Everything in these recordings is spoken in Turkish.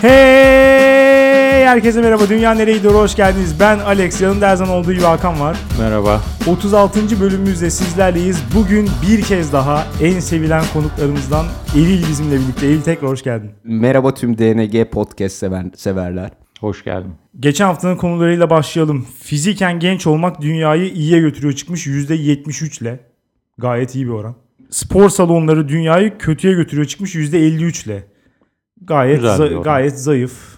Hey! Herkese merhaba. Dünya nereye doğru hoş geldiniz. Ben Alex. Yanımda her zaman olduğu gibi Hakan var. Merhaba. 36. bölümümüzde sizlerleyiz. Bugün bir kez daha en sevilen konuklarımızdan Eril bizimle birlikte. Eril, tekrar hoş geldin. Merhaba tüm DNG podcast severler. Hoş geldin. Geçen haftanın konularıyla başlayalım. Fiziken genç olmak dünyayı iyiye götürüyor çıkmış %73 ile. Gayet iyi bir oran. Spor salonları dünyayı kötüye götürüyor çıkmış %53 ile. Gayet zayıf.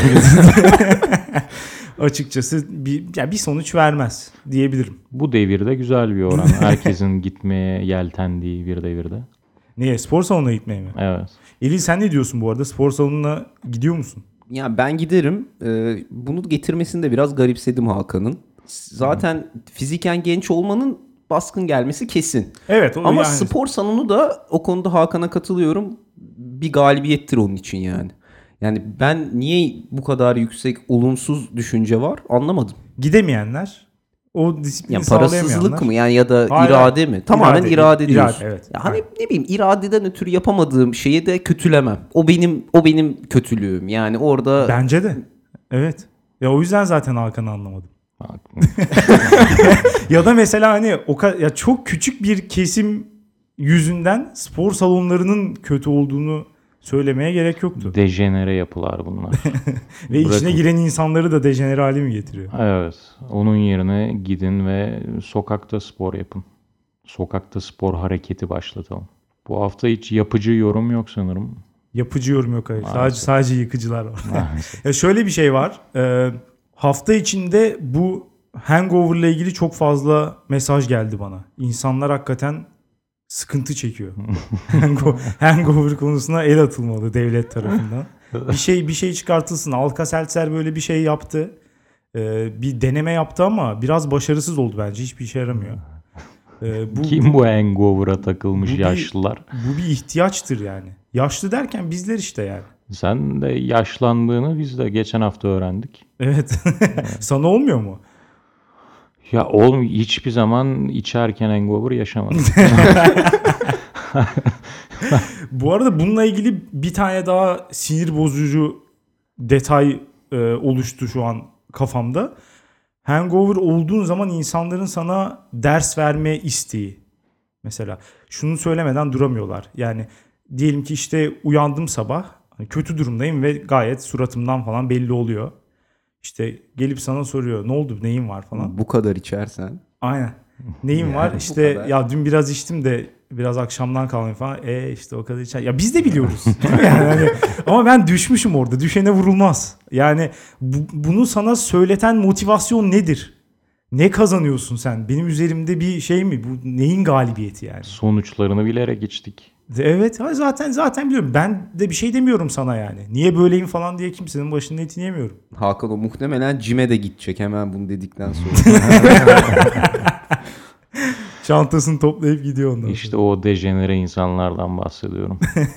Açıkçası bir sonuç vermez diyebilirim. Bu devirde güzel bir oran. Herkesin gitmeye yeltendiği bir devirde. Niye? Spor salonuna gitmeye mi? Evet. Elil, sen ne diyorsun bu arada? Spor salonuna gidiyor musun? Ya ben giderim. Bunu getirmesini de biraz garipsedim Hakan'ın. Zaten fiziken genç olmanın baskın gelmesi kesin. Evet. Ama yani... spor salonu da o konuda Hakan'a katılıyorum. Bir galibiyettir onun için yani. Yani ben niye bu kadar yüksek olumsuz düşünce var anlamadım. Gidemeyenler, o disiplini Yani sağlayamayanlar. parasızlık mı yani ya da Hayır, irade mi? Tamamen irade diyorsun. Evet. Ya hani ne bileyim iradeden ötürü yapamadığım şeyi de kötülemem. O benim kötülüğüm. Yani orada Bence de. Evet. Ya o yüzden zaten Hakan'ı anlamadım. Ya da mesela hani ya çok küçük bir kesim yüzünden spor salonlarının kötü olduğunu söylemeye gerek yoktu. Dejenere yapılar bunlar. Ve içine giren insanları da dejenere hale mi getiriyor? Evet. Onun yerine gidin ve sokakta spor yapın. Sokakta spor hareketi başlatalım. Bu hafta hiç yapıcı yorum yok sanırım. Yapıcı yorum yok, hayır. Sadece yıkıcılar var. Ya şöyle bir şey var. Hafta içinde bu hangover ile ilgili çok fazla mesaj geldi bana. İnsanlar hakikaten sıkıntı çekiyor. Hangover konusuna el atılmalı devlet tarafından. Bir şey çıkartılsın. Alka-Seltzer böyle bir şey yaptı. Bir deneme yaptı ama biraz başarısız oldu bence. Hiçbir işe yaramıyor. Kim bu hangover'a takılmış yaşlılar? Bu bir ihtiyaçtır yani. Yaşlı derken bizler işte yani. Sen de yaşlandığını biz de geçen hafta öğrendik. Evet. Sana olmuyor mu? Ya oğlum hiçbir zaman içerken hangover yaşamadım. Bu arada bununla ilgili bir tane daha sinir bozucu detay oluştu şu an kafamda. Hangover olduğun zaman insanların sana ders verme isteği. Mesela şunu söylemeden duramıyorlar. Yani diyelim ki işte uyandım sabah, kötü durumdayım ve gayet suratımdan falan belli oluyor. İşte gelip sana soruyor, ne oldu, neyin var falan. bu kadar içersen. Aynen. Neyin Yani var? İşte ya dün biraz içtim de biraz akşamdan kalmayayım falan. İşte o kadar içer. Ya biz de biliyoruz. Yani hani, ama ben düşmüşüm orada. Düşene vurulmaz. Yani bunu sana söyleten motivasyon nedir? Ne kazanıyorsun sen? Benim üzerimde bir şey mi? Bu neyin galibiyeti yani? Sonuçlarını bilerek içtik. Evet, zaten biliyorum. Ben de bir şey demiyorum sana yani. Niye böyleyim falan diye kimsenin başının etini yemiyorum. Hakan o muhtemelen cime de gidecek hemen bunu dedikten sonra. Çantasını toplayıp gidiyor ondan. İşte o dejenere insanlardan bahsediyorum.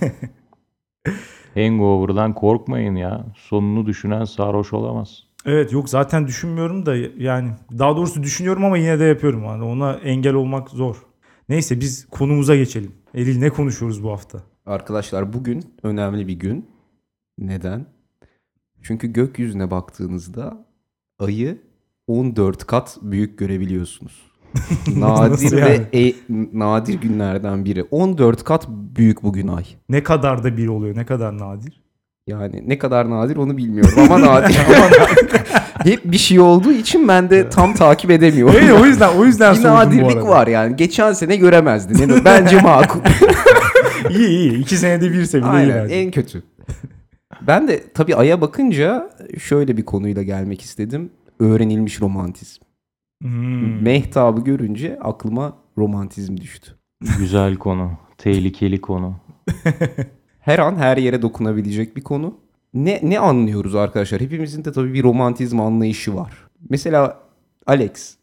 Hangover'dan korkmayın ya. Sonunu düşünen sarhoş olamaz. Evet, yok zaten düşünmüyorum da yani daha doğrusu düşünüyorum ama yine de yapıyorum. Yani ona engel olmak zor. Neyse biz konumuza geçelim. Eril, ne konuşuyoruz bu hafta? Arkadaşlar bugün önemli bir gün. Neden? Çünkü gökyüzüne baktığınızda ayı 14 kat büyük görebiliyorsunuz. Nadir ve nadir günlerden biri. 14 kat büyük bugün ay. Ne kadar da bir oluyor, ne kadar nadir? Yani ne kadar nadir onu bilmiyorum ama nadir. Hep bir şey olduğu için ben de tam takip edemiyorum. Evet, o yüzden bir sordum bu arada. nadirlik var yani. Geçen sene göremezdin. Yani bence makul. İyi. 2 senede bir bile Aynen, bence. en kötü. Ben de tabii Ay'a bakınca şöyle bir konuyla gelmek istedim. Öğrenilmiş romantizm. Mehtap'ı görünce aklıma romantizm düştü. Güzel konu. Tehlikeli konu. Her an her yere dokunabilecek bir konu. Ne anlıyoruz arkadaşlar? Hepimizin de tabii bir romantizm anlayışı var. Mesela Alex.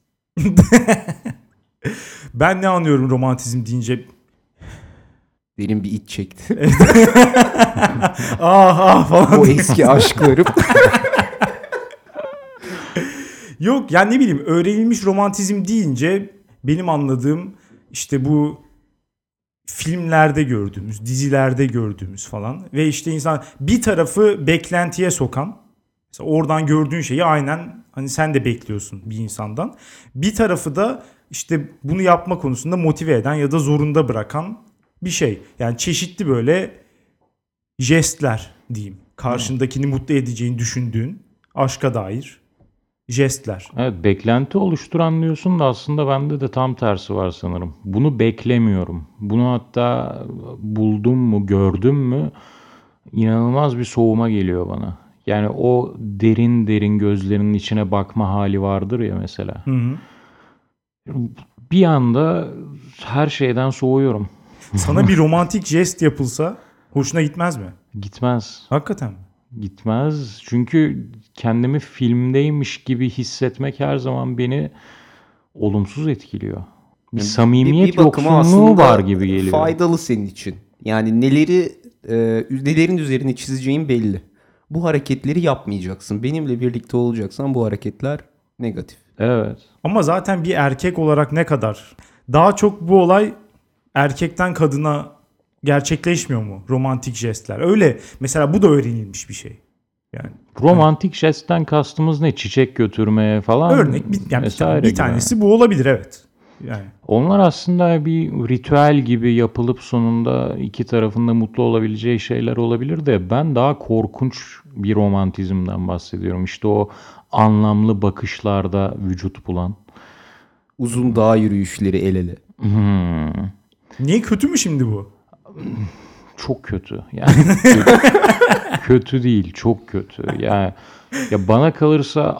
Ben ne anlıyorum romantizm deyince? Derin bir iç çekti. Falan. O eski aşklarım. Yok yani ne bileyim, öğrenilmiş romantizm deyince benim anladığım işte bu filmlerde gördüğümüz, dizilerde gördüğümüz falan ve işte insan bir tarafı beklentiye sokan, mesela oradan gördüğün şeyi aynen hani sen de bekliyorsun bir insandan. Bir tarafı da işte bunu yapma konusunda motive eden ya da zorunda bırakan bir şey. Yani çeşitli böyle jestler diyeyim. Karşındakini mutlu edeceğini düşündüğün aşka dair jestler. Evet, beklenti oluşturan diyorsun da aslında bende de tam tersi var sanırım. Bunu beklemiyorum. Bunu hatta buldum mu, gördüm mü inanılmaz bir soğuma geliyor bana. Yani o derin derin gözlerinin içine bakma hali vardır ya mesela. Hı hı. Bir anda her şeyden soğuyorum. Sana bir romantik jest yapılsa hoşuna gitmez mi? Gitmez. Hakikaten mi? Gitmez. Çünkü kendimi filmdeymiş gibi hissetmek her zaman beni olumsuz etkiliyor. Bir samimiyet bakıma yoksunluğu aslında var gibi geliyor. faydalı senin için. Yani nelerin üzerine çizeceğin belli. Bu hareketleri yapmayacaksın. Benimle birlikte olacaksan bu hareketler negatif. Evet. Ama zaten bir erkek olarak ne kadar? Daha çok bu olay erkekten kadına gerçekleşmiyor mu? Romantik jestler. Öyle. Mesela bu da öğrenilmiş bir şey. Yani Romantik jestten kastımız ne? Çiçek götürmeye falan örnek yani vesaire bir gibi. tanesi bu olabilir, evet. Yani Onlar aslında bir ritüel gibi yapılıp sonunda iki tarafında mutlu olabileceği şeyler olabilir de ben daha korkunç bir romantizmden bahsediyorum. İşte o anlamlı bakışlarda vücut bulan. Uzun dağ yürüyüşleri el ele. niye, kötü mü şimdi bu? Çok kötü. Yani kötü değil, çok kötü. Yani ya bana kalırsa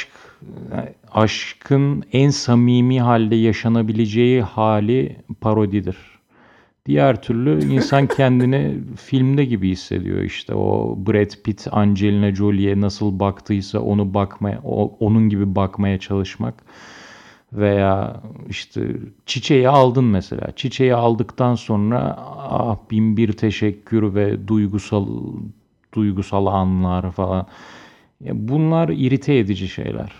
aşkın en samimi halde yaşanabileceği hali parodidir. Diğer türlü insan kendini filmde gibi hissediyor işte. O Brad Pitt, Angelina Jolie'ye nasıl baktıysa onun gibi bakmaya çalışmak. Veya işte çiçeği aldın mesela. Çiçeği aldıktan sonra bin bir teşekkür ve duygusal anlar falan. Ya bunlar irite edici şeyler.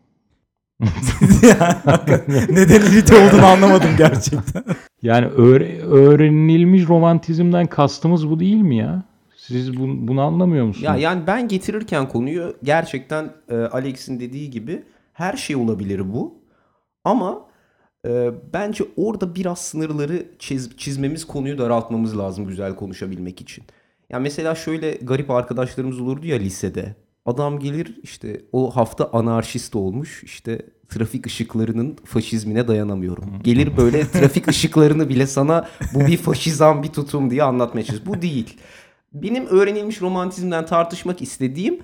Neden irite olduğunu anlamadım gerçekten. Yani öğrenilmiş romantizmden kastımız bu değil mi ya? Siz bunu anlamıyor musunuz? Ya yani ben getirirken konuyu gerçekten Alex'in dediği gibi her şey olabilir bu. Ama bence orada biraz sınırları çizmemiz, konuyu daraltmamız lazım güzel konuşabilmek için. Ya mesela şöyle garip arkadaşlarımız olurdu ya lisede. Adam gelir işte o hafta anarşist olmuş, işte trafik ışıklarının faşizmine dayanamıyorum. Gelir böyle trafik ışıklarını bile sana bu bir faşizan bir tutum diye anlatmaya çalışıyor. Bu değil. Benim öğrenilmiş romantizmden tartışmak istediğim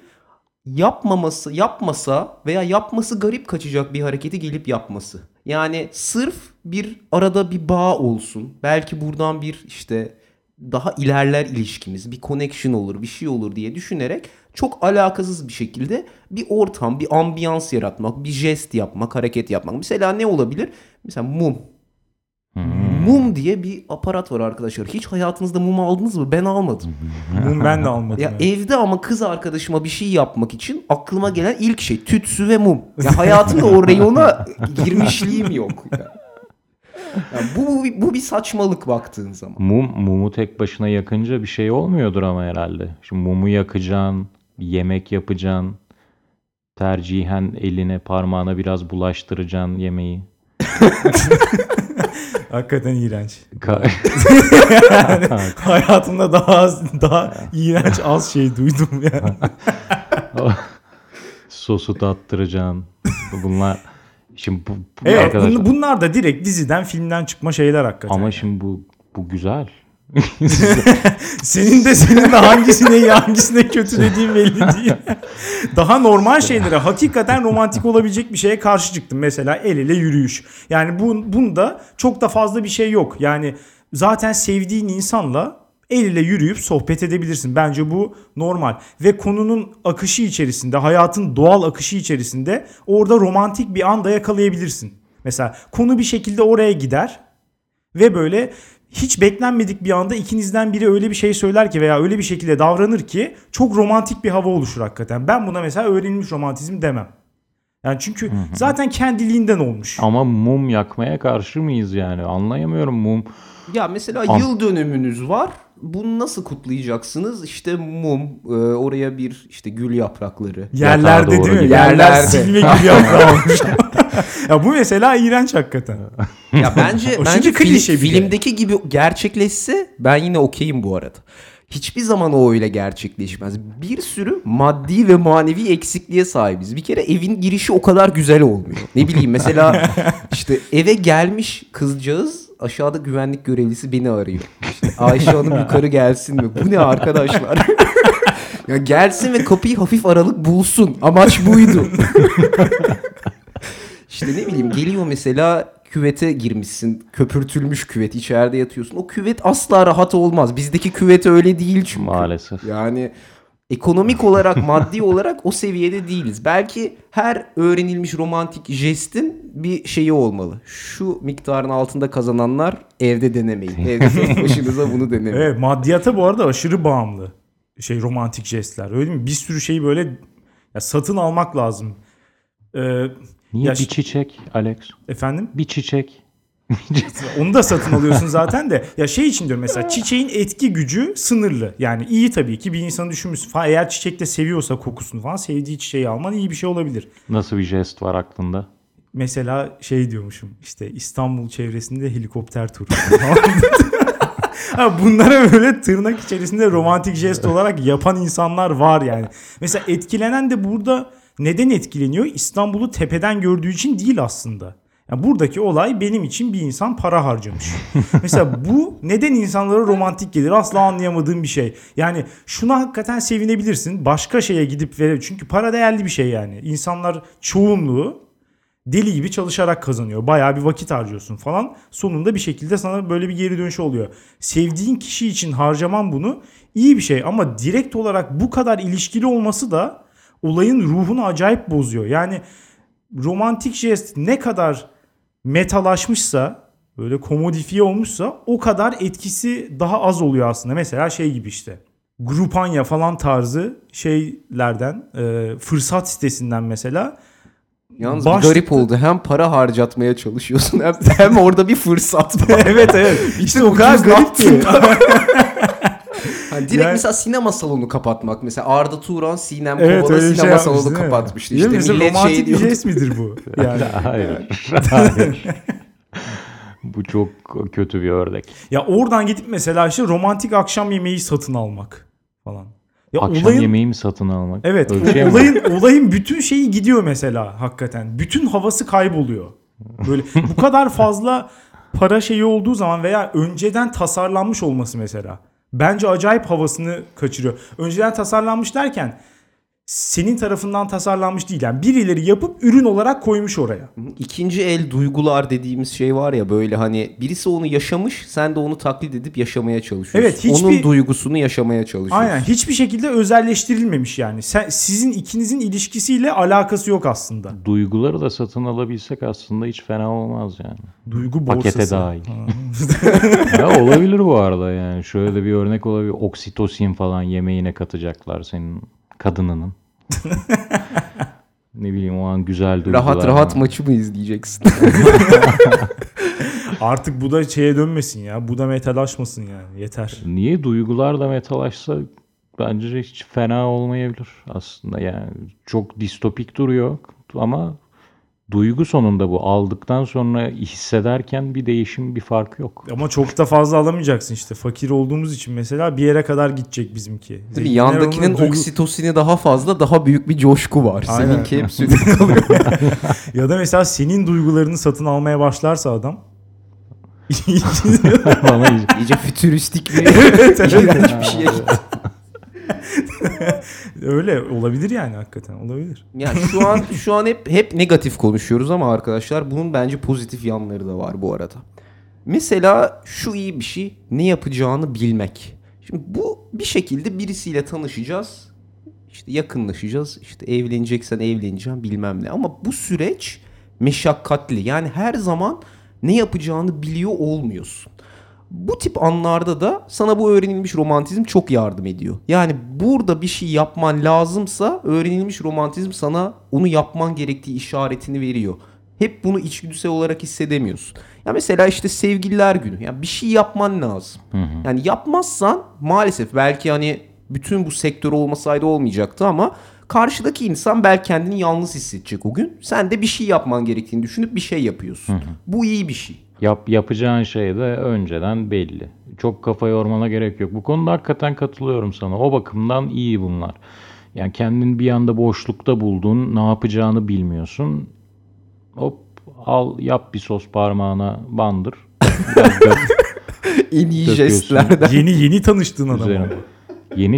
yapmasa veya yapması garip kaçacak bir hareketi gelip yapması. Yani sırf bir arada bir bağ olsun. Belki buradan bir işte daha ilerler ilişkimiz, bir connection olur, bir şey olur diye düşünerek çok alakasız bir şekilde bir ortam, bir ambiyans yaratmak, bir jest yapmak, hareket yapmak. Mesela ne olabilir? Mesela mum. Mum diye bir aparat var arkadaşlar. Hiç hayatınızda mum aldınız mı? Ben almadım. Bunu ben de almadım. Ya evet. evde ama kız arkadaşıma bir şey yapmak için aklıma gelen ilk şey tütsü ve mum. Ya hayatımda o reyona girmişliğim yok. Ya bu bir saçmalık baktığın zaman. Mumu tek başına yakınca bir şey olmuyordur ama herhalde. Şimdi mumu yakacaksın, bir yemek yapacaksın. Tercihen eline, parmağına biraz bulaştıracaksın yemeği. Hakikaten iğrenç. Ka- Hayatımda daha iğrenç az şey duydum yani. Sosu tattıracaksın. Bunlar şimdi bu Evet, arkadaşlar bunlar da direkt diziden, filmden çıkma şeyler hakikaten. ama yani. şimdi bu güzel. Senin de hangisine iyi hangisine kötü dediğin belli değil. Daha normal şeylere, hakikaten romantik olabilecek bir şeye karşı çıktım. Mesela el ele yürüyüş. Yani bunda çok da fazla bir şey yok. Yani zaten sevdiğin insanla el ele yürüyüp sohbet edebilirsin. Bence bu normal. Ve konunun akışı içerisinde, hayatın doğal akışı içerisinde orada romantik bir anda yakalayabilirsin. Mesela konu bir şekilde oraya gider ve böyle hiç beklenmedik bir anda ikinizden biri öyle bir şey söyler ki veya öyle bir şekilde davranır ki çok romantik bir hava oluşur hakikaten. Ben buna mesela öğrenilmiş romantizm demem. Yani çünkü zaten kendiliğinden olmuş. Ama mum yakmaya karşı mıyız yani? Anlayamıyorum mum. Ya mesela yıl dönümünüz var. Bunu nasıl kutlayacaksınız? İşte mum, oraya bir işte gül yaprakları. Yerlerde Yatağa doğru değil mi? gidiyor. Yerler Yerlerde. silme gibi yaprağı olmuş. Ya bu mesela iğrenç hakikaten. Ya bence O çünkü klişe bir de. filmdeki gibi gerçekleşse ben yine okeyim bu arada. Hiçbir zaman o öyle gerçekleşmez. Bir sürü maddi ve manevi eksikliğe sahibiz. Bir kere evin girişi o kadar güzel olmuyor. Ne bileyim mesela işte eve gelmiş kızcağız, aşağıda güvenlik görevlisi beni arıyor. İşte Ayşe Hanım yukarı gelsin mi? Bu ne arkadaşlar? Ya gelsin ve kapıyı hafif aralık bulsun. Amaç buydu. İşte ne bileyim geliyor mesela küvete girmişsin. Köpürtülmüş küvet, içeride yatıyorsun. O küvet asla rahat olmaz. Bizdeki küvet öyle değil çünkü. Maalesef. Yani ekonomik olarak, maddi olarak o seviyede değiliz. Belki her öğrenilmiş romantik jestin bir şeyi olmalı. Şu miktarın altında kazananlar evde denemeyin. Evde tek başınıza bunu denemeyin. Evet, maddiyata bu arada aşırı bağımlı. Romantik jestler. Öyle mi? Bir sürü şeyi böyle satın almak lazım. Niye Ya bir çiçek Alex? Efendim? Bir çiçek. Onu da satın alıyorsun zaten de. Ya için diyorum mesela, çiçeğin etki gücü sınırlı. Yani iyi tabii ki bir insanı düşünmüşsün falan. Eğer çiçek de seviyorsa kokusunu falan, sevdiği çiçeği alman iyi bir şey olabilir. Nasıl bir jest var aklında? Mesela diyormuşum, işte İstanbul çevresinde helikopter turu. Bunlara böyle tırnak içerisinde romantik jest olarak yapan insanlar var yani. Mesela etkilenen de burada neden etkileniyor? İstanbul'u tepeden gördüğü için değil aslında. Yani buradaki olay benim için bir insan para harcamış. Mesela bu neden insanlara romantik gelir? Asla anlayamadığım bir şey. Yani şuna hakikaten sevinebilirsin. Başka şeye gidip çünkü para değerli bir şey yani. İnsanlar çoğunluğu deli gibi çalışarak kazanıyor. Bayağı bir vakit harcıyorsun falan. Sonunda bir şekilde sana böyle bir geri dönüş oluyor. Sevdiğin kişi için harcaman bunu iyi bir şey. Ama direkt olarak bu kadar ilişkili olması da olayın ruhunu acayip bozuyor. Yani romantik jest ne kadar metalaşmışsa, böyle komodifiye olmuşsa o kadar etkisi daha az oluyor aslında. Mesela gibi işte. Grupanya falan tarzı şeylerden, fırsat sitesinden mesela. Yalnız bir garip oldu. Hem para harcatmaya çalışıyorsun hem orada bir fırsat var. Evet. İşte o kadar garip ki. Hani direkt mesela sinema salonu kapatmak. Mesela Arda Turan Sinem Evet, Kovala öyle bir sinema şey salonu yapmış, değil mi? kapatmıştı. Değil mi? İşte Mesela millet romantik bir diyordu. jest midir bu? Yani. Hayır. Bu çok kötü bir örnek. Ya oradan gidip mesela romantik akşam yemeği satın almak falan. Ya Akşam yemeği mi satın almak? Evet. Öyle bir şey mi var? Olayın bütün şeyi gidiyor mesela hakikaten. Bütün havası kayboluyor. Böyle bu kadar fazla para şeyi olduğu zaman veya önceden tasarlanmış olması mesela. Bence acayip havasını kaçırıyor. Önceden tasarlanmış derken senin tarafından tasarlanmış değil. Yani birileri yapıp ürün olarak koymuş oraya. İkinci el duygular dediğimiz şey var ya, böyle hani birisi onu yaşamış, sen de onu taklit edip yaşamaya çalışıyorsun. Evet, onun duygusunu yaşamaya çalışıyorsun. Aynen, hiçbir şekilde özelleştirilmemiş yani. Sizin ikinizin ilişkisiyle alakası yok aslında. Duyguları da satın alabilsek aslında hiç fena olmaz yani. Duygu borsası. Pakete dahil. Ya olabilir bu arada yani. Şöyle de bir örnek olabilir. Oksitosin falan yemeğine katacaklar senin kadınının. Ne bileyim, o an güzel duygular. Rahat maçı mı izleyeceksin? Artık bu da dönmesin ya. Bu da metalaşmasın yani. Yeter. Niye duygular da metalaşsa bence hiç fena olmayabilir aslında. Yani çok distopik duruyor ama duygu sonunda bu. Aldıktan sonra hissederken bir değişim, bir fark yok. Ama çok da fazla alamayacaksın işte. Fakir olduğumuz için mesela bir yere kadar gidecek bizimki. Tabii yandakinin oksitosini daha fazla, daha büyük bir coşku var. Aynen. Seninki hep sürekli kalıyor. Ya da mesela senin duygularını satın almaya başlarsa adam. Bana hiç- İyice fütüristik bir Evet. iğrenç bir şeye gitti. Öyle olabilir yani, hakikaten olabilir. Yani şu an hep negatif konuşuyoruz ama arkadaşlar bunun bence pozitif yanları da var bu arada. Mesela şu iyi bir şey, ne yapacağını bilmek. Şimdi bu bir şekilde birisiyle tanışacağız, işte yakınlaşacağız, işte evleneceksen evleneceğim bilmem ne. Ama bu süreç meşakkatli, yani her zaman ne yapacağını biliyor olmuyorsun. Bu tip anlarda da sana bu öğrenilmiş romantizm çok yardım ediyor. Yani burada bir şey yapman lazımsa öğrenilmiş romantizm sana onu yapman gerektiği işaretini veriyor. Hep bunu içgüdüsel olarak hissedemiyorsun. Ya mesela işte sevgililer günü. Yani bir şey yapman lazım. Yani yapmazsan maalesef belki hani bütün bu sektör olmasaydı olmayacaktı ama karşıdaki insan belki kendini yalnız hissedecek o gün. Sen de bir şey yapman gerektiğini düşünüp bir şey yapıyorsun. Bu iyi bir şey. Yapacağın şey de önceden belli. Çok kafa yormana gerek yok. Bu konuda hakikaten katılıyorum sana. O bakımdan iyi bunlar. Yani kendini bir anda boşlukta buldun, ne yapacağını bilmiyorsun. Hop al yap bir sos parmağına bandır. Biraz En iyi döküyorsun. jestlerden. Yeni tanıştığın adam. üzerine. Yeni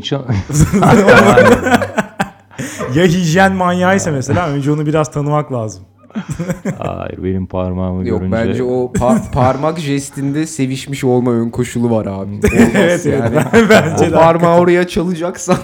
Ya hijyen manyağıysa mesela önce onu biraz tanımak lazım. Hayır benim parmağımı Yok görünce. bence o parmak jestinde sevişmiş olma ön koşulu var abi. Olmaz Evet, yani. bence O de. parmağı oraya çalacaksan.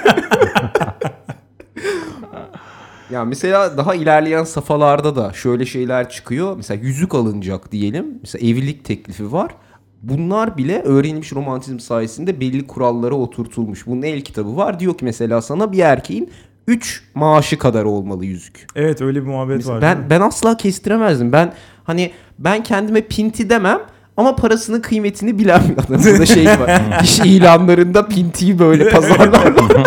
Ya mesela daha ilerleyen safhalarda da şöyle şeyler çıkıyor. Mesela yüzük alınacak diyelim. Mesela evlilik teklifi var. Bunlar bile öğrenilmiş romantizm sayesinde belli kurallara oturtulmuş. Bunun el kitabı var. Diyor ki mesela sana bir erkeğin 3 maaşı kadar olmalı yüzük. Evet, öyle bir muhabbet Mesela var. değil mi? ben asla kestiremezdim. Ben kendime pinti demem ama parasının kıymetini bilen bir adamım. Burada şey var. İş ilanlarında pintiyi böyle pazarlarlar.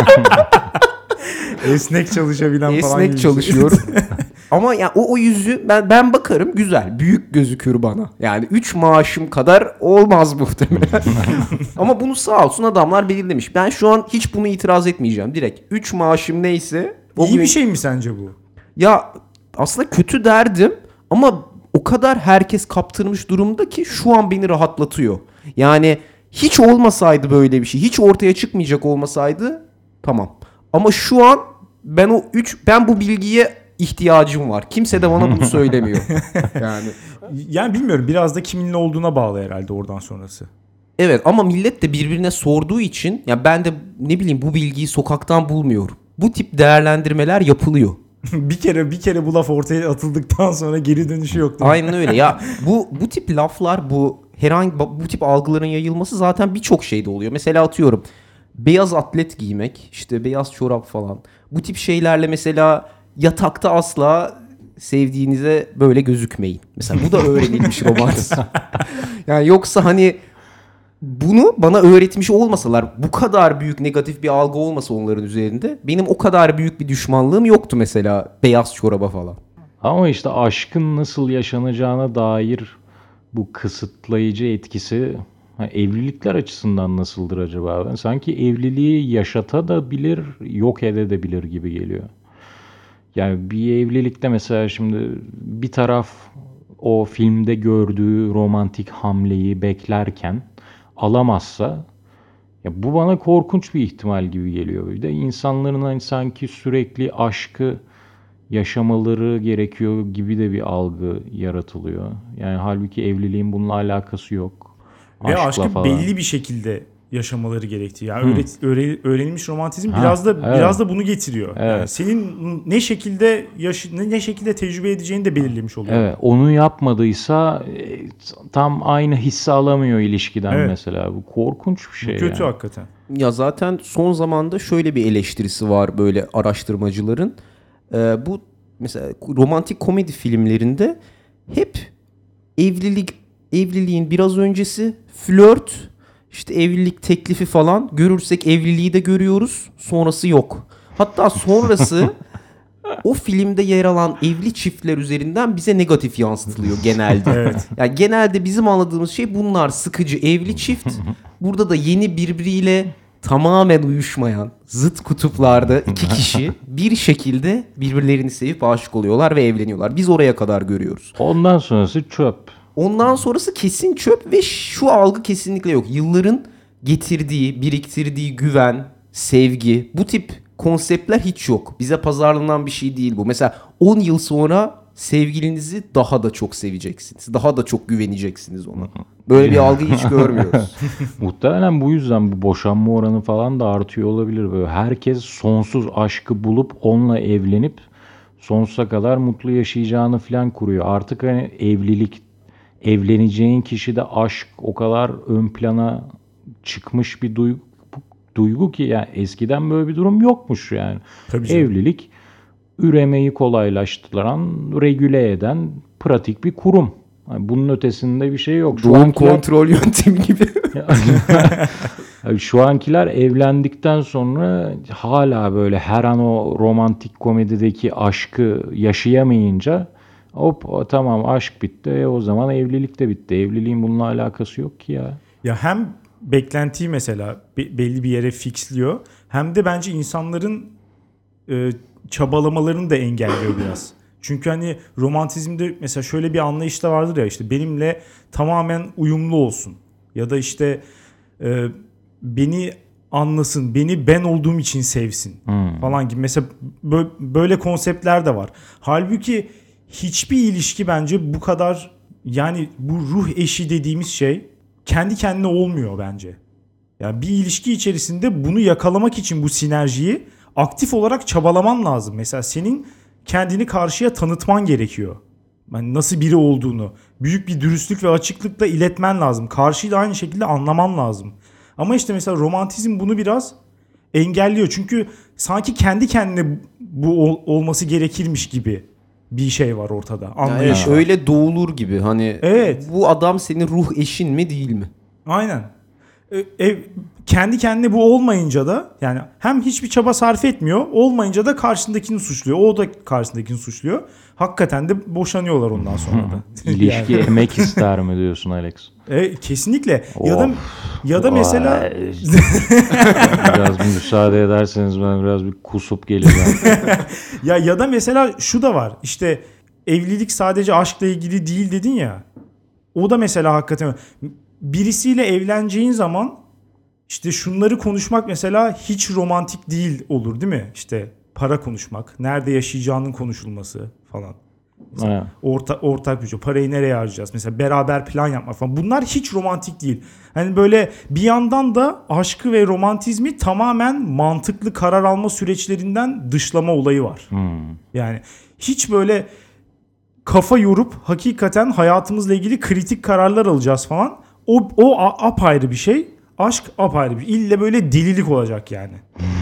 Esnek çalışabilen falan gibi Esnek bir şey. çalışıyorum. Ama ya o yüzü ben bakarım güzel. Büyük gözükür bana. Yani 3 maaşım kadar olmaz muhtemelen. Ama bunu sağ olsun adamlar belirlemiş. Ben şu an hiç bunu itiraz etmeyeceğim. Direkt 3 maaşım neyse. İyi bir şey mi sence bu? Ya aslında kötü derdim ama o kadar herkes kaptırmış durumda ki şu an beni rahatlatıyor. Yani hiç olmasaydı böyle bir şey, hiç ortaya çıkmayacak olmasaydı tamam. Ama şu an ben bu bilgiye ihtiyacım var. Kimse de bana bunu söylemiyor. Yani bilmiyorum, biraz da kiminle olduğuna bağlı herhalde oradan sonrası. Evet ama millet de birbirine sorduğu için ya ben de ne bileyim bu bilgiyi sokaktan bulmuyorum. Bu tip değerlendirmeler yapılıyor. bir kere bu laf ortaya atıldıktan sonra geri dönüşü yok değil mi? Aynen öyle. Ya bu tip laflar, bu tip algıların yayılması zaten birçok şeyde oluyor. Mesela atıyorum beyaz atlet giymek, işte beyaz çorap falan. Bu tip şeylerle mesela yatakta asla sevdiğinize böyle gözükmeyin. Mesela bu da öğrenilmiş romantizm. Yani yoksa hani bunu bana öğretmiş olmasalar, bu kadar büyük negatif bir algı olmasa onların üzerinde, benim o kadar büyük bir düşmanlığım yoktu mesela beyaz çoraba falan. Ama işte aşkın nasıl yaşanacağına dair bu kısıtlayıcı etkisi evlilikler açısından nasıldır acaba? Sanki evliliği yaşatabilir, yok edebilir gibi geliyor. Yani bir evlilikte mesela şimdi bir taraf o filmde gördüğü romantik hamleyi beklerken alamazsa ya bu bana korkunç bir ihtimal gibi geliyor. Bir de insanların hani sanki sürekli aşkı yaşamaları gerekiyor gibi de bir algı yaratılıyor. Yani halbuki evliliğin bununla alakası yok. Ve Aşkla aşkı falan. belli bir şekilde yaşamaları gerektiği. Yani öğrenilmiş romantizm Ha, biraz da bunu getiriyor. Evet. Yani senin ne şekilde tecrübe edeceğini de belirlemiş oluyor. Evet, onu yapmadıysa tam aynı hissi alamıyor ilişkiden Evet. mesela. Bu korkunç bir şey Bu kötü yani. hakikaten. Ya zaten son zamanda şöyle bir eleştirisi var böyle araştırmacıların. Bu mesela romantik komedi filmlerinde hep evliliğin biraz öncesi, flört, işte evlilik teklifi falan, görürsek evliliği de görüyoruz, sonrası yok. Hatta sonrası o filmde yer alan evli çiftler üzerinden bize negatif yansıtılıyor genelde. Evet. Yani genelde bizim anladığımız şey bunlar sıkıcı evli çift. Burada da yeni birbiriyle tamamen uyuşmayan zıt kutuplarda iki kişi bir şekilde birbirlerini sevip aşık oluyorlar ve evleniyorlar. Biz oraya kadar görüyoruz. Ondan sonrası çöp. Ondan sonrası kesin çöp ve şu algı kesinlikle yok. Yılların getirdiği, biriktirdiği güven, sevgi, bu tip konseptler hiç yok. Bize pazarlanan bir şey değil bu. Mesela 10 yıl sonra sevgilinizi daha da çok seveceksiniz. Daha da çok güveneceksiniz ona. Böyle bir algı hiç görmüyoruz. Muhtemelen bu yüzden bu boşanma oranı falan da artıyor olabilir. Böyle herkes sonsuz aşkı bulup onunla evlenip sonsuza kadar mutlu yaşayacağını falan kuruyor. Artık hani evleneceğin kişide aşk o kadar ön plana çıkmış bir duygu ki yani eskiden böyle bir durum yokmuş yani. Tabii canım. Evlilik üremeyi kolaylaştıran, regüle eden pratik bir kurum. Yani bunun ötesinde bir şey yok. Doğum kontrol yöntemi gibi. Şu ankiler evlendikten sonra hala böyle her an o romantik komedideki aşkı yaşayamayınca hop tamam aşk bitti o zaman evlilik de bitti. Evliliğin bununla alakası yok ki ya. Ya hem beklentiyi mesela belli bir yere fixliyor hem de bence insanların çabalamalarını da engelliyor biraz. Çünkü hani romantizmde mesela şöyle bir anlayış da vardır ya, işte benimle tamamen uyumlu olsun ya da işte beni anlasın, beni ben olduğum için sevsin falan gibi. Mesela böyle konseptler de var. Halbuki hiçbir ilişki bence bu kadar, yani bu ruh eşi dediğimiz şey kendi kendine olmuyor bence. Yani bir ilişki içerisinde bunu yakalamak için bu sinerjiyi aktif olarak çabalaman lazım. Mesela senin kendini karşıya tanıtman gerekiyor. Yani nasıl biri olduğunu büyük bir dürüstlük ve açıklıkla iletmen lazım. Karşıyı da aynı şekilde anlaman lazım. Ama işte mesela romantizm bunu biraz engelliyor. Çünkü sanki kendi kendine bu olması gerekirmiş gibi bir şey var ortada. Anlayış Yani var. öyle doğulur gibi. Hani Evet. bu adam senin ruh eşin mi değil mi? Aynen. Kendi kendine bu olmayınca da yani hem hiçbir çaba sarf etmiyor, olmayınca da karşısındakini suçluyor. O da karşısındakini suçluyor. Hakikaten de boşanıyorlar ondan sonra da. İlişki Yani. emek ister mi diyorsun Alex? Kesinlikle. Of. Ya da mesela biraz bir müsaade ederseniz ben biraz bir kusup geleceğim. ya da mesela şu da var. İşte evlilik sadece aşkla ilgili değil dedin ya. O da mesela hakikaten birisiyle evleneceğin zaman işte şunları konuşmak mesela hiç romantik değil olur, değil mi? İşte para konuşmak, nerede yaşayacağının konuşulması falan. Evet. Ortak bütçe, parayı nereye harcayacağız? Mesela beraber plan yapmak falan. Bunlar hiç romantik değil. Hani böyle bir yandan da aşkı ve romantizmi tamamen mantıklı karar alma süreçlerinden dışlama olayı var. Yani hiç böyle kafa yorup hakikaten hayatımızla ilgili kritik kararlar alacağız falan. O apayrı bir şey. Aşk apayrı bir şey. İlle böyle delilik olacak yani.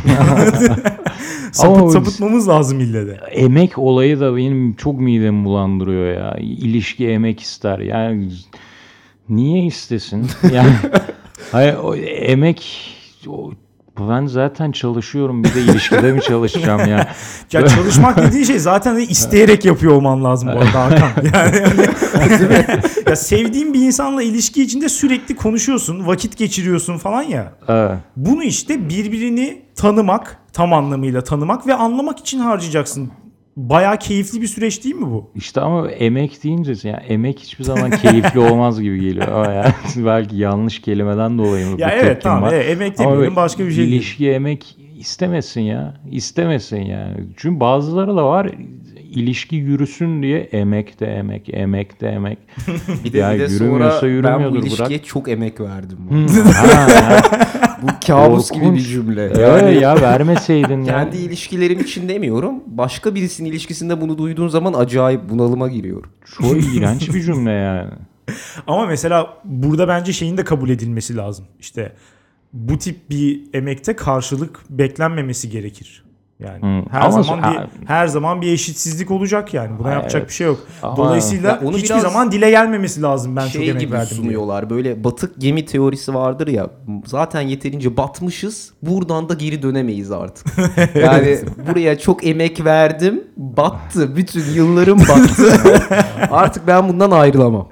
Sapıtmamız lazım ille de. Emek olayı da benim çok midemi bulandırıyor ya. İlişki emek ister. Yani niye istesin? Yani hayır, o emek ben zaten çalışıyorum, bir de ilişkide mi çalışacağım ya? Ya çalışmak dediğin şey zaten isteyerek yapıyor olman lazım bu arada Hakan. Yani ya sevdiğin bir insanla ilişki içinde sürekli konuşuyorsun, vakit geçiriyorsun falan ya. Evet. Bunu işte birbirini tanımak, tam anlamıyla tanımak ve anlamak için harcayacaksın. Bayağı keyifli bir süreç değil mi bu? İşte ama emek deyince yani emek hiçbir zaman keyifli olmaz gibi geliyor. Ama yani belki yanlış kelimeden dolayı mı? Ya bu evet tepkim tamam var. emek Ama demeyelim, başka bir şey değil. İlişki emek istemesin ya. İstemesin yani. Çünkü bazıları da var, ilişki yürüsün diye emek de emek, emek de emek. Bir de, Ya bir de sonra yürümüyorsa ben bu yürümüyordur, ilişkiye bırak. çok emek verdim. Ha, Bu kabus gibi bir korkunç. cümle. Evet ya, vermeseydin ya. Kendi ilişkilerim için demiyorum. Başka birisinin ilişkisinde bunu duyduğun zaman acayip bunalıma giriyorum. Çok iğrenç bir cümle yani. Ama mesela burada bence şeyin de kabul edilmesi lazım. İşte bu tip bir emekte karşılık beklenmemesi gerekir. Yani her zaman bir eşitsizlik olacak yani. Buna yapacak bir şey yok. Ama Dolayısıyla ya onu hiçbir biraz zaman dile gelmemesi lazım ben çok Şey emek gibi verdim diye. sunuyorlar. Böyle batık gemi teorisi vardır ya. Zaten yeterince batmışız. Buradan da geri dönemeyiz artık. Yani buraya çok emek verdim. Battı. Bütün yıllarım battı. Artık ben bundan ayrılamam.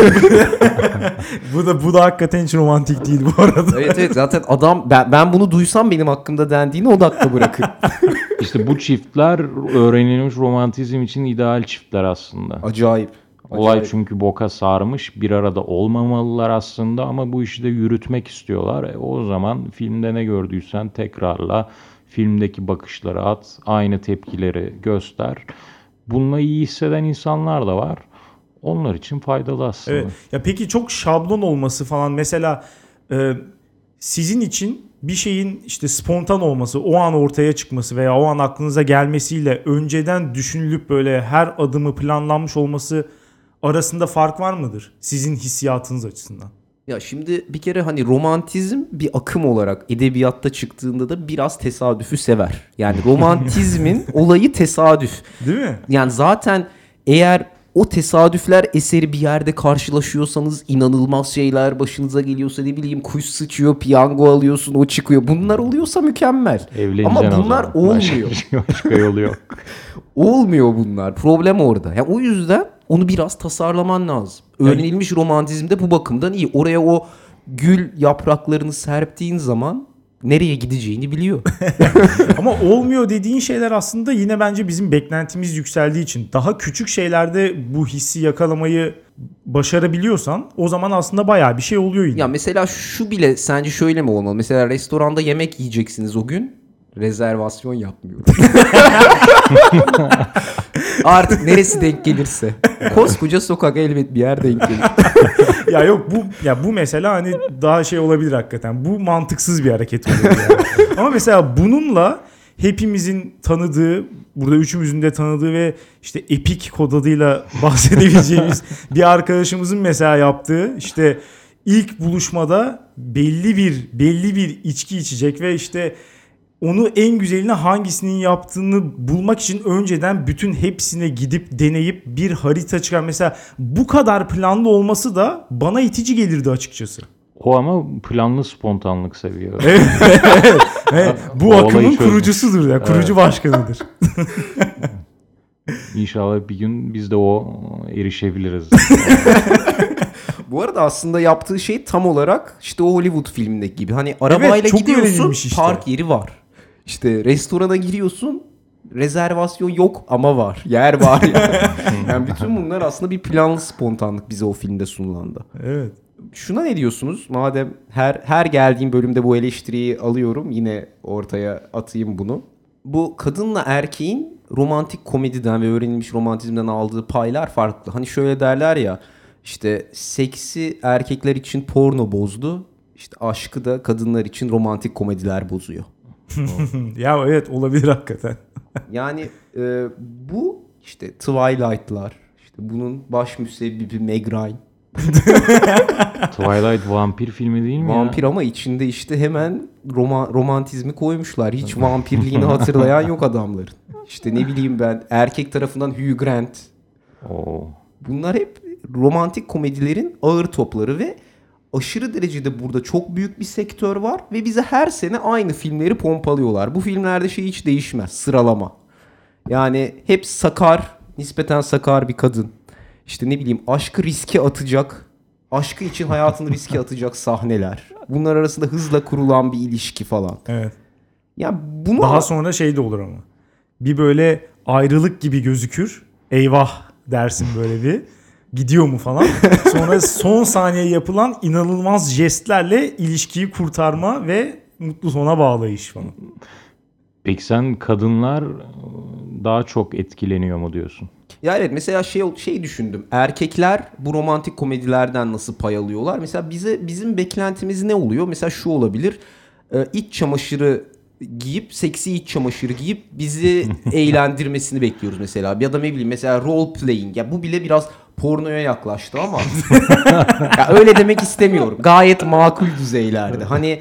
Bu da hakikaten hiç romantik değil bu arada. Evet zaten adam ben bunu duysam benim hakkımda dendiğini o dakika bırakır. İşte bu çiftler öğrenilmiş romantizm için ideal çiftler aslında. Acayip. Olay çünkü boka sarmış, bir arada olmamalılar aslında ama bu işi de yürütmek istiyorlar. O zaman filmde ne gördüysen tekrarla, filmdeki bakışları at, aynı tepkileri göster. Bununla iyi hisseden insanlar da var. Onlar için faydalı aslında. Evet. Ya peki çok şablon olması falan mesela sizin için bir şeyin işte spontan olması, o an ortaya çıkması veya o an aklınıza gelmesiyle önceden düşünülüp böyle her adımı planlanmış olması arasında fark var mıdır? Sizin hissiyatınız açısından. Ya şimdi bir kere hani romantizm bir akım olarak edebiyatta çıktığında da biraz tesadüfü sever. Yani romantizmin olayı tesadüf. Değil mi? Yani zaten eğer o tesadüfler eseri bir yerde karşılaşıyorsanız inanılmaz şeyler başınıza geliyorsa, ne bileyim kuş sıçıyor, piyango alıyorsun, o çıkıyor. Bunlar oluyorsa mükemmel. Evleneceksin Ama o bunlar zaman. olmuyor. Başka yolu yok. Olmuyor bunlar. Problem orada. Yani o yüzden onu biraz tasarlaman lazım. Öğrenilmiş romantizmde bu bakımdan iyi. Oraya o gül yapraklarını serptiğin zaman nereye gideceğini biliyor. Ama olmuyor dediğin şeyler aslında yine bence bizim beklentimiz yükseldiği için. Daha küçük şeylerde bu hissi yakalamayı başarabiliyorsan o zaman aslında bayağı bir şey oluyor yine. Ya mesela şu bile sence şöyle mi olmalı? Mesela restoranda yemek yiyeceksiniz o gün. Rezervasyon yapmıyorum. Artık neresi denk gelirse. Koskoca sokak elbet bir yer denk gelir. Ya yok bu mesela hani daha şey olabilir hakikaten. Bu mantıksız bir hareket oluyor yani. Ama mesela bununla hepimizin tanıdığı, burada üçümüzün de tanıdığı ve işte epik kod adıyla bahsedebileceğimiz bir arkadaşımızın mesela yaptığı işte ilk buluşmada belli bir içki içecek ve işte onu en güzelini hangisinin yaptığını bulmak için önceden bütün hepsine gidip deneyip bir harita çıkar. Mesela bu kadar planlı olması da bana itici gelirdi açıkçası. O ama planlı spontanlık seviyor. Evet, bu O akımın olayı çözmüş. kurucusudur ya, kurucu başkanıdır. İnşallah bir gün biz de o erişebiliriz. Bu arada aslında yaptığı şey tam olarak işte o Hollywood filmindeki gibi. Hani arabayla çok gidiyorsun, öğrenilmiş işte. park yeri var. İşte restorana giriyorsun, rezervasyon yok ama var. Yer var yani. Yani bütün bunlar aslında bir planlı spontanlık bize o filmde sunulan da. Evet. Şuna ne diyorsunuz? Madem her geldiğim bölümde bu eleştiriyi alıyorum, yine ortaya atayım bunu. Bu kadınla erkeğin romantik komediden ve öğrenilmiş romantizmden aldığı paylar farklı. Hani şöyle derler ya, işte seksi erkekler için porno bozdu, işte aşkı da kadınlar için romantik komediler bozuyor. Ya evet, olabilir hakikaten. Yani bu işte Twilight'lar, işte bunun baş müsebbibi Meg Ryan. Twilight vampir filmi değil mi Vampir ya? ama içinde işte hemen romantizmi koymuşlar. Hiç vampirliğini hatırlayan yok adamların. İşte ne bileyim ben, erkek tarafından Hugh Grant. Oo. Bunlar hep romantik komedilerin ağır topları ve aşırı derecede burada çok büyük bir sektör var ve bize her sene aynı filmleri pompalıyorlar. Bu filmlerde şey hiç değişmez, sıralama. Yani hep sakar, nispeten sakar bir kadın. İşte ne bileyim, aşkı riske atacak, aşkı için hayatını riske atacak sahneler. Bunlar arasında hızla kurulan bir ilişki falan. Evet. Ya bunu Daha sonra şey de olur ama. Bir böyle ayrılık gibi gözükür. Eyvah dersin böyle bir. Gidiyor mu falan. Sonra son saniye yapılan inanılmaz jestlerle ilişkiyi kurtarma ve mutlu sona bağlayış falan. Peki sen kadınlar daha çok etkileniyor mu diyorsun? Ya evet, mesela şey düşündüm. Erkekler bu romantik komedilerden nasıl pay alıyorlar? Mesela bizim beklentimiz ne oluyor? Mesela şu olabilir. İç çamaşırı giyip, seksi iç çamaşırı giyip bizi eğlendirmesini bekliyoruz mesela. Ya da ne bileyim, mesela role playing. Ya bu bile biraz pornoya yaklaştı ama ya öyle demek istemiyorum. Gayet makul düzeylerde. Hani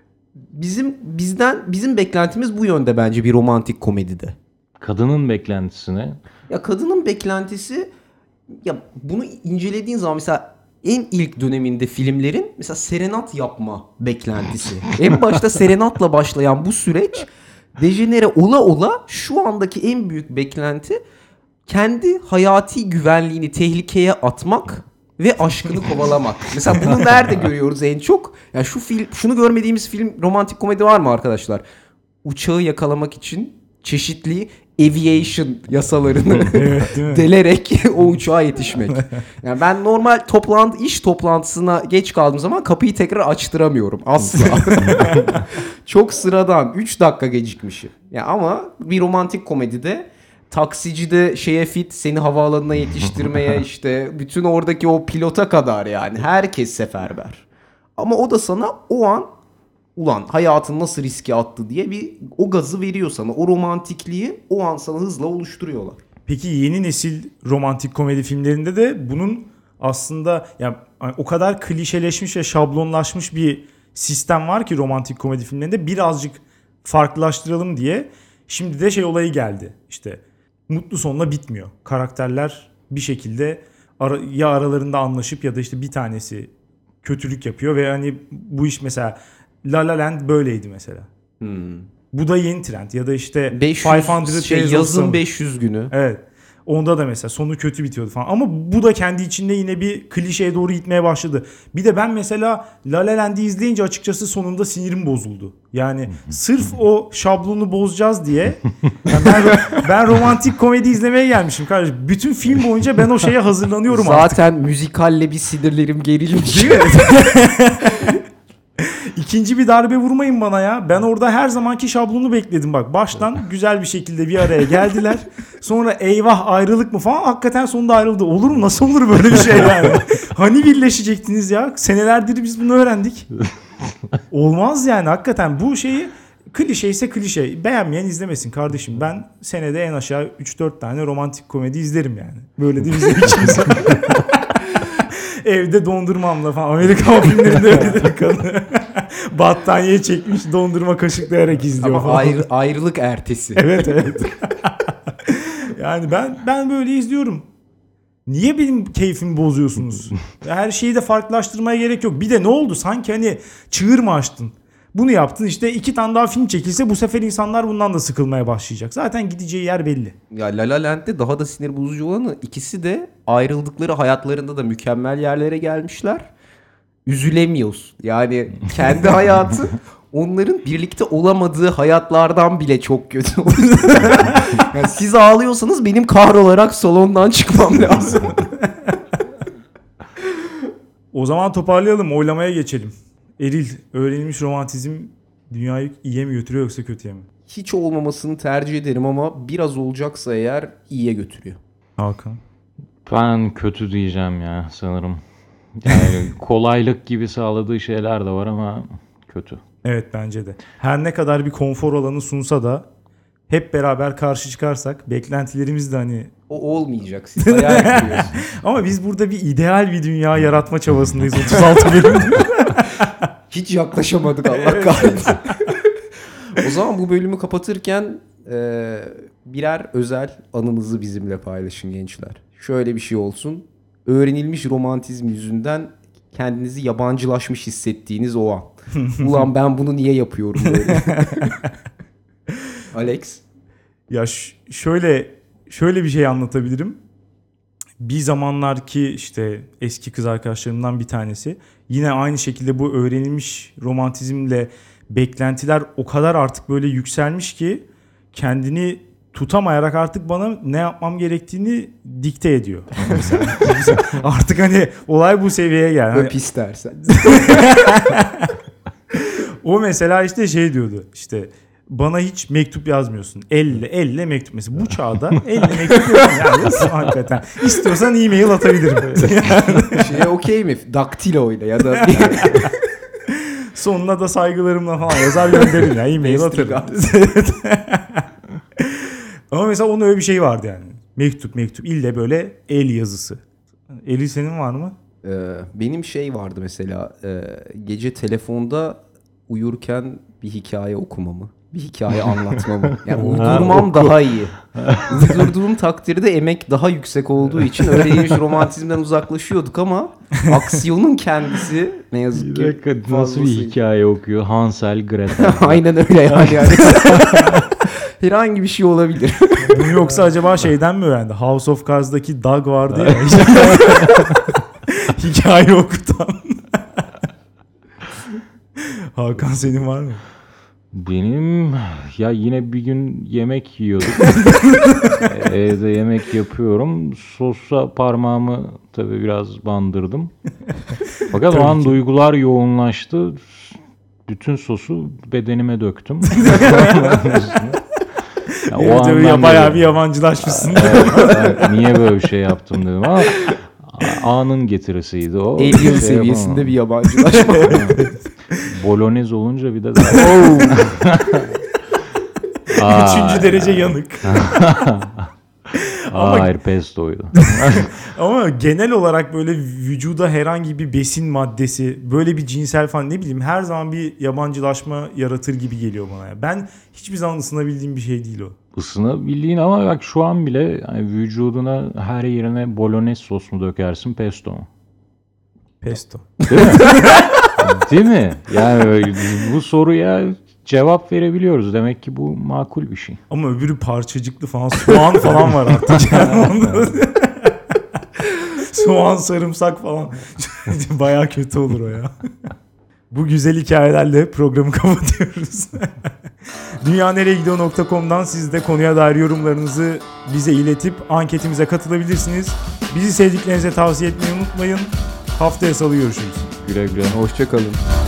bizim beklentimiz bu yönde bence bir romantik komedide. Kadının beklentisine Ya kadının beklentisi, ya bunu incelediğin zaman mesela en ilk döneminde filmlerin mesela serenat yapma beklentisi. En başta serenatla başlayan bu süreç dejenere ola şu andaki en büyük beklenti kendi hayati güvenliğini tehlikeye atmak ve aşkını kovalamak. Mesela bunu nerede görüyoruz en çok? Ya şunu görmediğimiz film, romantik komedi var mı arkadaşlar? Uçağı yakalamak için çeşitli aviation yasalarını Evet, değil mi? delerek o uçağa yetişmek. Yani ben normal iş toplantısına geç kaldığım zaman kapıyı tekrar açtıramıyorum. Asla. Çok sıradan. 3 dakika gecikmişim. Ya ama bir romantik komedide taksicide şeye fit, seni havaalanına yetiştirmeye, işte bütün oradaki o pilota kadar, yani herkes seferber. Ama o da sana o an, ulan hayatını nasıl riske attı diye bir o gazı veriyor sana. O romantikliği o an sana hızla oluşturuyorlar. Peki yeni nesil romantik komedi filmlerinde de bunun aslında ya o kadar klişeleşmiş ve şablonlaşmış bir sistem var ki romantik komedi filmlerinde birazcık farklılaştıralım diye şimdi de şey olayı geldi. İşte mutlu sonla bitmiyor. Karakterler bir şekilde ya aralarında anlaşıp ya da işte bir tanesi kötülük yapıyor ve hani bu iş mesela La La Land böyleydi mesela. Bu da yeni trend ya da işte 500 yazın 500 günü. Evet. Onda da mesela sonu kötü bitiyordu falan. Ama bu da kendi içinde yine bir klişeye doğru gitmeye başladı. Bir de ben mesela La La Land'i izleyince açıkçası sonunda sinirim bozuldu. Yani sırf o şablonu bozacağız diye yani ben romantik komedi izlemeye gelmişim kardeşim. Bütün film boyunca ben o şeye hazırlanıyorum artık. Zaten müzikalle bir sinirlerim gerilmiş. İkinci bir darbe vurmayın bana ya. Ben orada her zamanki şablonu bekledim bak. Baştan güzel bir şekilde bir araya geldiler. Sonra eyvah ayrılık mı falan. Hakikaten sonunda ayrıldı. Olur mu? Nasıl olur böyle bir şey yani? Hani birleşecektiniz ya? Senelerdir biz bunu öğrendik. Olmaz yani hakikaten. Bu şeyi klişe ise klişe. Beğenmeyen izlemesin kardeşim. Ben senede en aşağı 3-4 tane romantik komedi izlerim yani. Böyle de bizim içimiz. Evde dondurmamla falan. Amerikan filmlerinde öyledir kadın. Battaniye çekmiş dondurma kaşıklayarak izliyor Ama falan. ayrılık ertesi. Evet. Yani ben böyle izliyorum. Niye benim keyfimi bozuyorsunuz? Her şeyi de farklılaştırmaya gerek yok. Bir de ne oldu? Sanki hani çığır mı açtın? Bunu yaptın işte 2 tane daha film çekilse bu sefer insanlar bundan da sıkılmaya başlayacak. Zaten gideceği yer belli. Ya La La Land'de daha da sinir bozucu olanı ikisi de ayrıldıkları hayatlarında da mükemmel yerlere gelmişler. Üzülemiyoruz. Yani kendi hayatı onların birlikte olamadığı hayatlardan bile çok kötü oluyor. Yani siz ağlıyorsanız benim kahrolarak salondan çıkmam lazım. O zaman toparlayalım, oylamaya geçelim. Eril, öğrenilmiş romantizm dünyayı iyiye mi götürüyor yoksa kötüye mi? Hiç olmamasını tercih ederim ama biraz olacaksa eğer iyiye götürüyor. Hakan. Ben kötü diyeceğim ya sanırım. Yani kolaylık gibi sağladığı şeyler de var ama kötü. Evet bence de. Her ne kadar bir konfor alanı sunsa da hep beraber karşı çıkarsak beklentilerimiz de hani... O olmayacak. Siz hayal kuruyorsunuz. Ama biz burada bir ideal bir dünya yaratma çabasındayız 36 bölümdür. Hiç yaklaşamadık Allah kahretsin. O zaman bu bölümü kapatırken birer özel anınızı bizimle paylaşın gençler. Şöyle bir şey olsun. Öğrenilmiş romantizm yüzünden kendinizi yabancılaşmış hissettiğiniz o an. Ulan ben bunu niye yapıyorum böyle? Alex? Ya şöyle bir şey anlatabilirim. Bir zamanlar ki işte eski kız arkadaşlarımdan bir tanesi yine aynı şekilde bu öğrenilmiş romantizmle beklentiler o kadar artık böyle yükselmiş ki kendini tutamayarak artık bana ne yapmam gerektiğini dikte ediyor. Mesela. Artık hani olay bu seviyeye geldi. Öp istersen. O mesela işte şey diyordu işte bana hiç mektup yazmıyorsun. Elle mektup mesela. Bu çağda elle mektup yazmıyorsun. Yani hakikaten. İstiyorsan e-mail atabilirim. Şeye okey mi? Daktilo ile ya da Sonuna da saygılarımla falan yazar gönderirim ya. E-mail atarım. Ama mesela onun öyle bir şey vardı yani. Mektup. İlle böyle el yazısı. Eli senin var mı? benim şey vardı mesela. Gece telefonda uyurken bir hikaye okumamı. Bir hikaye anlatmamı. Yani uydurmam daha iyi. Uydurduğum takdirde emek daha yüksek olduğu için öğrenilmiş romantizmden uzaklaşıyorduk ama aksiyonun kendisi ne yazık ki Nasıl bir fazlasıyla. hikaye okuyor? Hansel Gretel. Aynen öyle yani. Herhangi bir şey olabilir. Bunu yoksa acaba şeyden mi öğrendi? House of Cards'daki Doug vardı ya. Hikaye okutan. Hakan senin var mı? Benim ya yine bir gün yemek yiyorduk. Evde yemek yapıyorum. Sosa parmağımı tabii biraz bandırdım. Fakat o an duygular yoğunlaştı. Bütün sosu bedenime döktüm. Ya o Evet, andan bayağı dedim, bir yabancılaşmışsın. evet, niye böyle bir şey yaptım dedim ama anın getirisiydi o. Alien Şey seviyesinde yapamam. bir yabancılaşma. Bolognese olunca bir de daha... Üçüncü derece yanık. Hayır, pestoydu. Ama genel olarak böyle vücuda herhangi bir besin maddesi, böyle bir cinsel falan ne bileyim her zaman bir yabancılaşma yaratır gibi geliyor bana. Ya. Ben hiçbir zaman ısınabildiğim bir şey değil o. Isınabildiğin ama bak şu an bile hani vücuduna her yerine bolognese sos mu dökersin, pesto mu? Pesto. Değil mi? Değil mi? Yani bu soruya cevap verebiliyoruz. Demek ki bu makul bir şey. Ama öbürü parçacıklı falan, soğan falan var artık. Yani. Soğan, sarımsak falan. Bayağı kötü olur o ya. Bu güzel hikayelerle programı kapatıyoruz. Dünyanereyegidiyor.com'dan siz de konuya dair yorumlarınızı bize iletip anketimize katılabilirsiniz. Bizi sevdiklerinize tavsiye etmeyi unutmayın. Haftaya salı görüşürüz. Güle güle. Hoşça kalın.